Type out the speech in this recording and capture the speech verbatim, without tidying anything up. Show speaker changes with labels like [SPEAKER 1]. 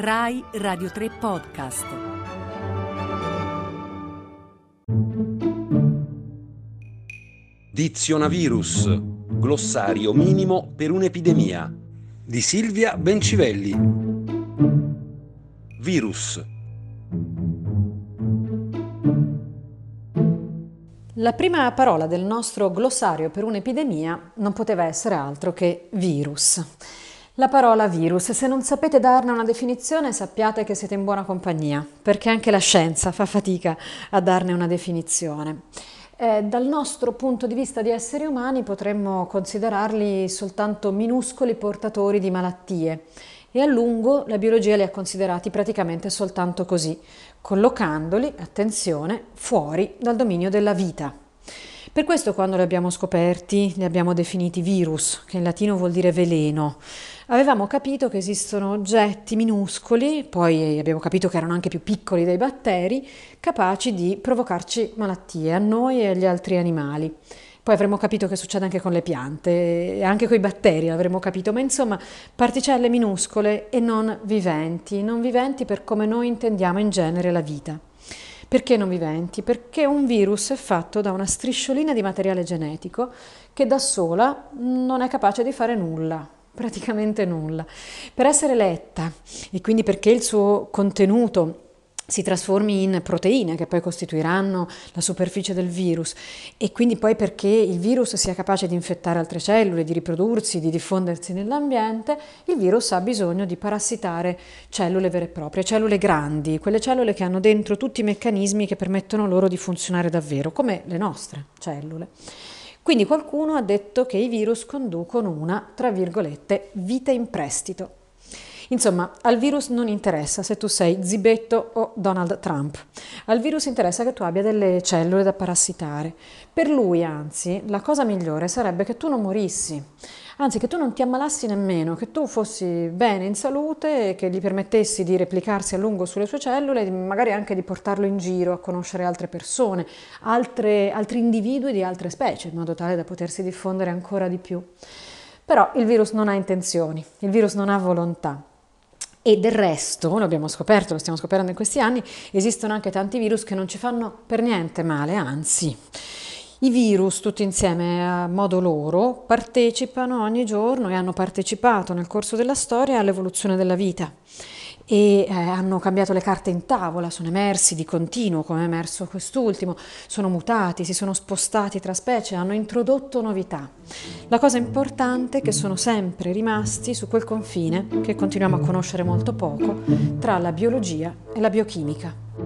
[SPEAKER 1] Rai Radio tre Podcast.
[SPEAKER 2] Dizionavirus, glossario minimo per un'epidemia, di Silvia Bencivelli. Virus.
[SPEAKER 3] La prima parola del nostro glossario per un'epidemia non poteva essere altro che virus. La parola virus, se non sapete darne una definizione, sappiate che siete in buona compagnia, perché anche la scienza fa fatica a darne una definizione. Eh, dal nostro punto di vista di esseri umani potremmo considerarli soltanto minuscoli portatori di malattie e a lungo la biologia li ha considerati praticamente soltanto così, collocandoli, attenzione, fuori dal dominio della vita. Per questo quando li abbiamo scoperti li abbiamo definiti virus, che in latino vuol dire veleno. Avevamo capito che esistono oggetti minuscoli, poi abbiamo capito che erano anche più piccoli dei batteri, capaci di provocarci malattie a noi e agli altri animali. Poi avremo capito che succede anche con le piante e anche con i batteri, avremo capito, ma insomma particelle minuscole e non viventi, non viventi per come noi intendiamo in genere la vita. Perché non viventi? Perché un virus è fatto da una strisciolina di materiale genetico che da sola non è capace di fare nulla, praticamente nulla. Per essere letta e quindi perché il suo contenuto si trasformi in proteine che poi costituiranno la superficie del virus e quindi poi perché il virus sia capace di infettare altre cellule, di riprodursi, di diffondersi nell'ambiente, il virus ha bisogno di parassitare cellule vere e proprie, cellule grandi, quelle cellule che hanno dentro tutti i meccanismi che permettono loro di funzionare davvero, come le nostre cellule. Quindi qualcuno ha detto che i virus conducono una, tra virgolette, vita in prestito. Insomma, al virus non interessa se tu sei Zibetto o Donald Trump. Al virus interessa che tu abbia delle cellule da parassitare. Per lui, anzi, la cosa migliore sarebbe che tu non morissi, anzi che tu non ti ammalassi nemmeno, che tu fossi bene in salute e che gli permettessi di replicarsi a lungo sulle sue cellule e magari anche di portarlo in giro a conoscere altre persone, altre, altri individui di altre specie, in modo tale da potersi diffondere ancora di più. Però il virus non ha intenzioni, il virus non ha volontà. E del resto, lo abbiamo scoperto, lo stiamo scoprendo in questi anni, esistono anche tanti virus che non ci fanno per niente male, anzi. I virus tutti insieme a modo loro partecipano ogni giorno e hanno partecipato nel corso della storia all'evoluzione della vita e eh, hanno cambiato le carte in tavola, sono emersi di continuo come è emerso quest'ultimo, sono mutati, si sono spostati tra specie, hanno introdotto novità. La cosa importante è che sono sempre rimasti su quel confine che continuiamo a conoscere molto poco tra la biologia e la biochimica.